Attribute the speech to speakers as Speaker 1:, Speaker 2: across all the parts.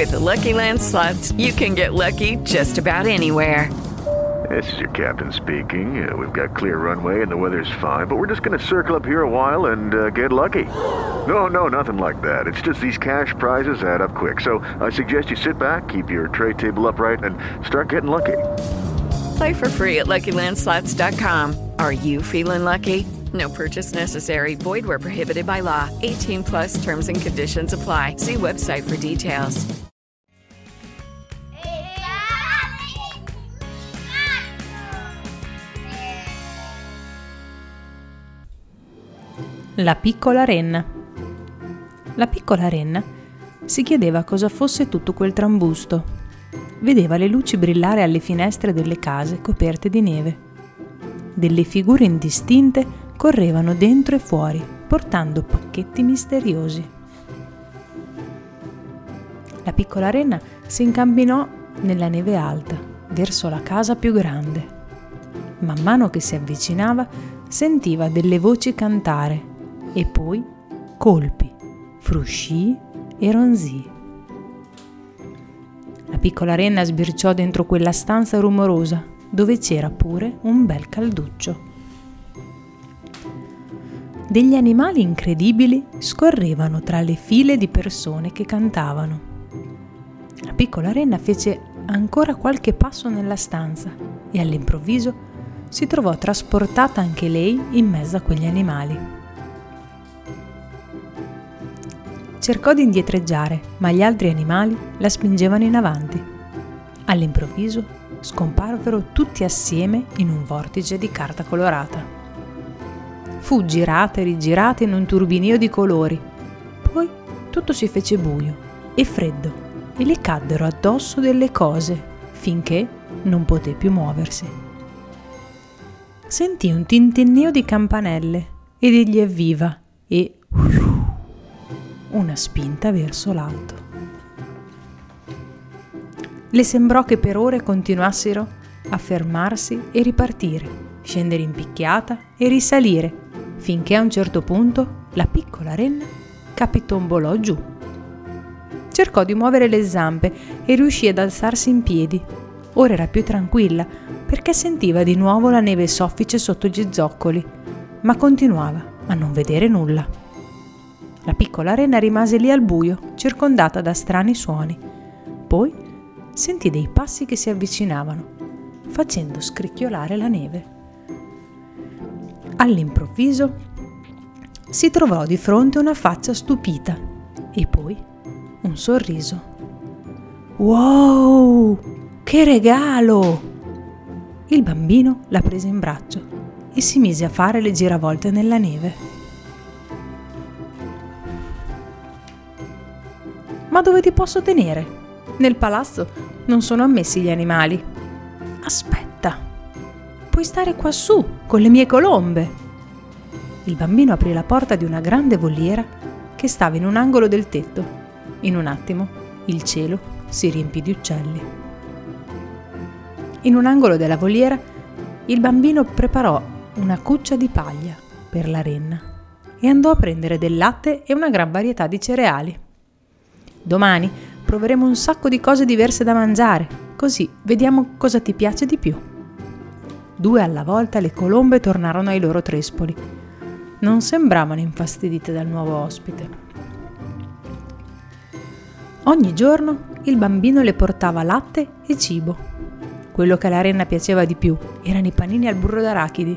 Speaker 1: With the Lucky Land Slots, you can get lucky just about anywhere.
Speaker 2: This is your captain speaking. We've got clear runway and the weather's fine, but we're just going to circle up here a while and get lucky. No, nothing like that. It's just these cash prizes add up quick. So I suggest you sit back, keep your tray table upright, and start getting lucky.
Speaker 1: Play for free at LuckyLandSlots.com. Are you feeling lucky? No purchase necessary. Void where prohibited by law. 18 plus terms and conditions apply. See website for details.
Speaker 3: La piccola renna. La piccola renna si chiedeva cosa fosse tutto quel trambusto. Vedeva le luci brillare alle finestre delle case coperte di neve. Delle figure indistinte correvano dentro e fuori, portando pacchetti misteriosi. La piccola renna si incamminò nella neve alta, verso la casa più grande. Man mano che si avvicinava, sentiva delle voci cantare e poi colpi, fruscii e ronzii. La piccola renna sbirciò dentro quella stanza rumorosa, dove c'era pure un bel calduccio. Degli animali incredibili scorrevano tra le file di persone che cantavano. La piccola renna fece ancora qualche passo nella stanza e all'improvviso si trovò trasportata anche lei in mezzo a quegli animali. Cercò di indietreggiare, ma gli altri animali la spingevano in avanti. All'improvviso scomparvero tutti assieme in un vortice di carta colorata. Fu girata e rigirata in un turbinio di colori. Poi tutto si fece buio e freddo e le caddero addosso delle cose finché non poté più muoversi. Sentì un tintinnio di campanelle e degli evviva e una spinta verso l'alto. Le sembrò che per ore continuassero a fermarsi e ripartire, scendere in picchiata e risalire, finché a un certo punto la piccola renna capitombolò giù. Cercò di muovere le zampe e riuscì ad alzarsi in piedi. Ora era più tranquilla, perché sentiva di nuovo la neve soffice sotto gli zoccoli, ma continuava a non vedere nulla. La piccola renna rimase lì al buio, circondata da strani suoni. Poi sentì dei passi che si avvicinavano, facendo scricchiolare la neve. All'improvviso si trovò di fronte una faccia stupita e poi un sorriso. Wow! Che regalo! Il bambino la prese in braccio e si mise a fare le giravolte nella neve. Ma dove ti posso tenere? Nel palazzo non sono ammessi gli animali. Aspetta, puoi stare quassù con le mie colombe. Il bambino aprì la porta di una grande voliera che stava in un angolo del tetto. In un attimo il cielo si riempì di uccelli. In un angolo della voliera il bambino preparò una cuccia di paglia per la renna e andò a prendere del latte e una gran varietà di cereali. Domani proveremo un sacco di cose diverse da mangiare, così vediamo cosa ti piace di più. 2 alla volta le colombe tornarono ai loro trespoli. Non sembravano infastidite dal nuovo ospite. Ogni giorno il bambino le portava latte e cibo. Quello che alla renna piaceva di più erano i panini al burro d'arachidi.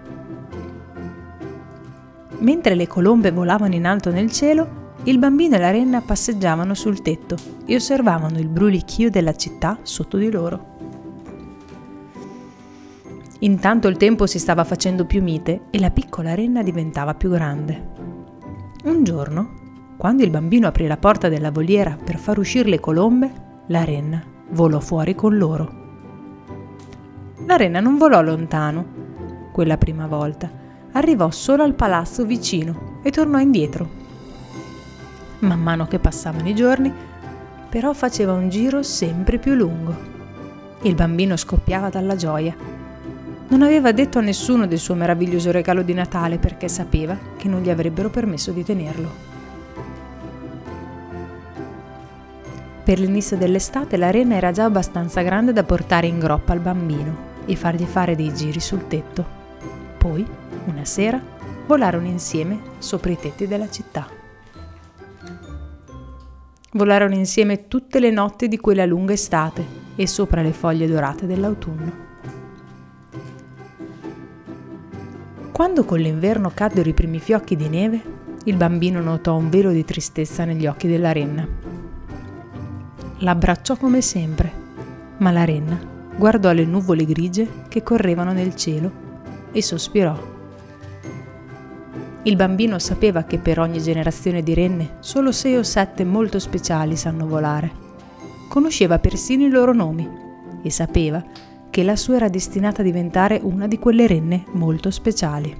Speaker 3: Mentre le colombe volavano in alto nel cielo, il bambino e la renna passeggiavano sul tetto e osservavano il brulichio della città sotto di loro. Intanto il tempo si stava facendo più mite e la piccola renna diventava più grande. Un giorno, quando il bambino aprì la porta della voliera per far uscire le colombe, la renna volò fuori con loro. La renna non volò lontano quella prima volta, arrivò solo al palazzo vicino e tornò indietro. Man mano che passavano i giorni, però faceva un giro sempre più lungo. Il bambino scoppiava dalla gioia. Non aveva detto a nessuno del suo meraviglioso regalo di Natale perché sapeva che non gli avrebbero permesso di tenerlo. Per l'inizio dell'estate la renna era già abbastanza grande da portare in groppa al bambino e fargli fare dei giri sul tetto. Poi, una sera, volarono insieme sopra i tetti della città. Volarono insieme tutte le notti di quella lunga estate e sopra le foglie dorate dell'autunno. Quando con l'inverno caddero i primi fiocchi di neve, il bambino notò un velo di tristezza negli occhi della renna. L'abbracciò come sempre, ma la renna guardò le nuvole grigie che correvano nel cielo e sospirò. Il bambino sapeva che per ogni generazione di renne solo 6 o 7 molto speciali sanno volare. Conosceva persino i loro nomi e sapeva che la sua era destinata a diventare una di quelle renne molto speciali.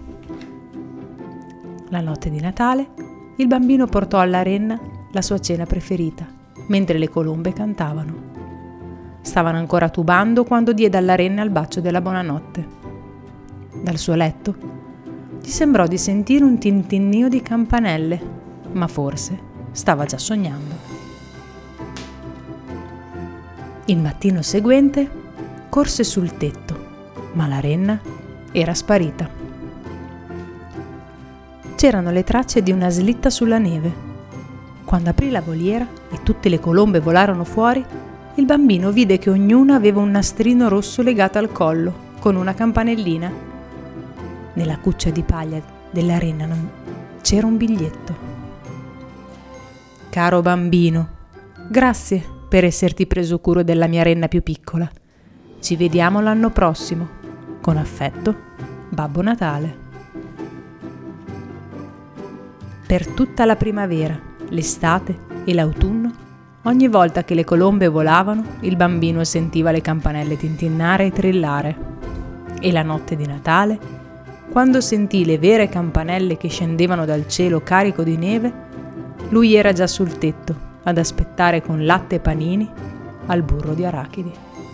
Speaker 3: La notte di Natale, il bambino portò alla renna la sua cena preferita, mentre le colombe cantavano. Stavano ancora tubando quando diede alla renna il bacio della buonanotte. Dal suo letto gli sembrò di sentire un tintinnio di campanelle, ma forse stava già sognando. Il mattino seguente corse sul tetto, ma la renna era sparita. C'erano le tracce di una slitta sulla neve. Quando aprì la voliera e tutte le colombe volarono fuori, il bambino vide che ognuna aveva un nastrino rosso legato al collo, con una campanellina. Nella cuccia di paglia della renna c'era un biglietto. Caro bambino, grazie per esserti preso cura della mia renna più piccola. Ci vediamo l'anno prossimo. Con affetto, Babbo Natale. Per tutta la primavera, l'estate e l'autunno, ogni volta che le colombe volavano, il bambino sentiva le campanelle tintinnare e trillare. E la notte di Natale, quando sentì le vere campanelle che scendevano dal cielo carico di neve, lui era già sul tetto ad aspettare con latte e panini al burro di arachidi.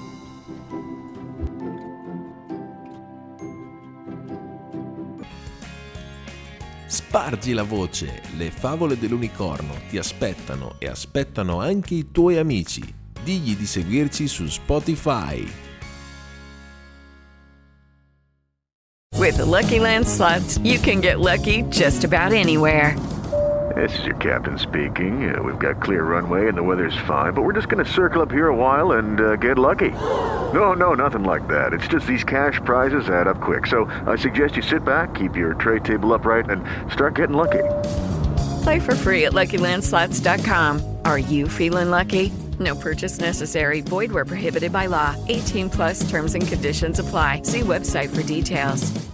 Speaker 4: Spargi la voce, le favole dell'unicorno ti aspettano e aspettano anche i tuoi amici. Digli di seguirci su Spotify.
Speaker 1: With the Lucky Land Slots, you can get lucky just about anywhere.
Speaker 2: This is your captain speaking. We've got clear runway and the weather's fine, but we're just going to circle up here a while and get lucky. No, nothing like that. It's just these cash prizes add up quick. So I suggest you sit back, keep your tray table upright, and start getting lucky.
Speaker 1: Play for free at LuckyLandSlots.com. Are you feeling lucky? No purchase necessary. Void where prohibited by law. 18+ terms and conditions apply. See website for details.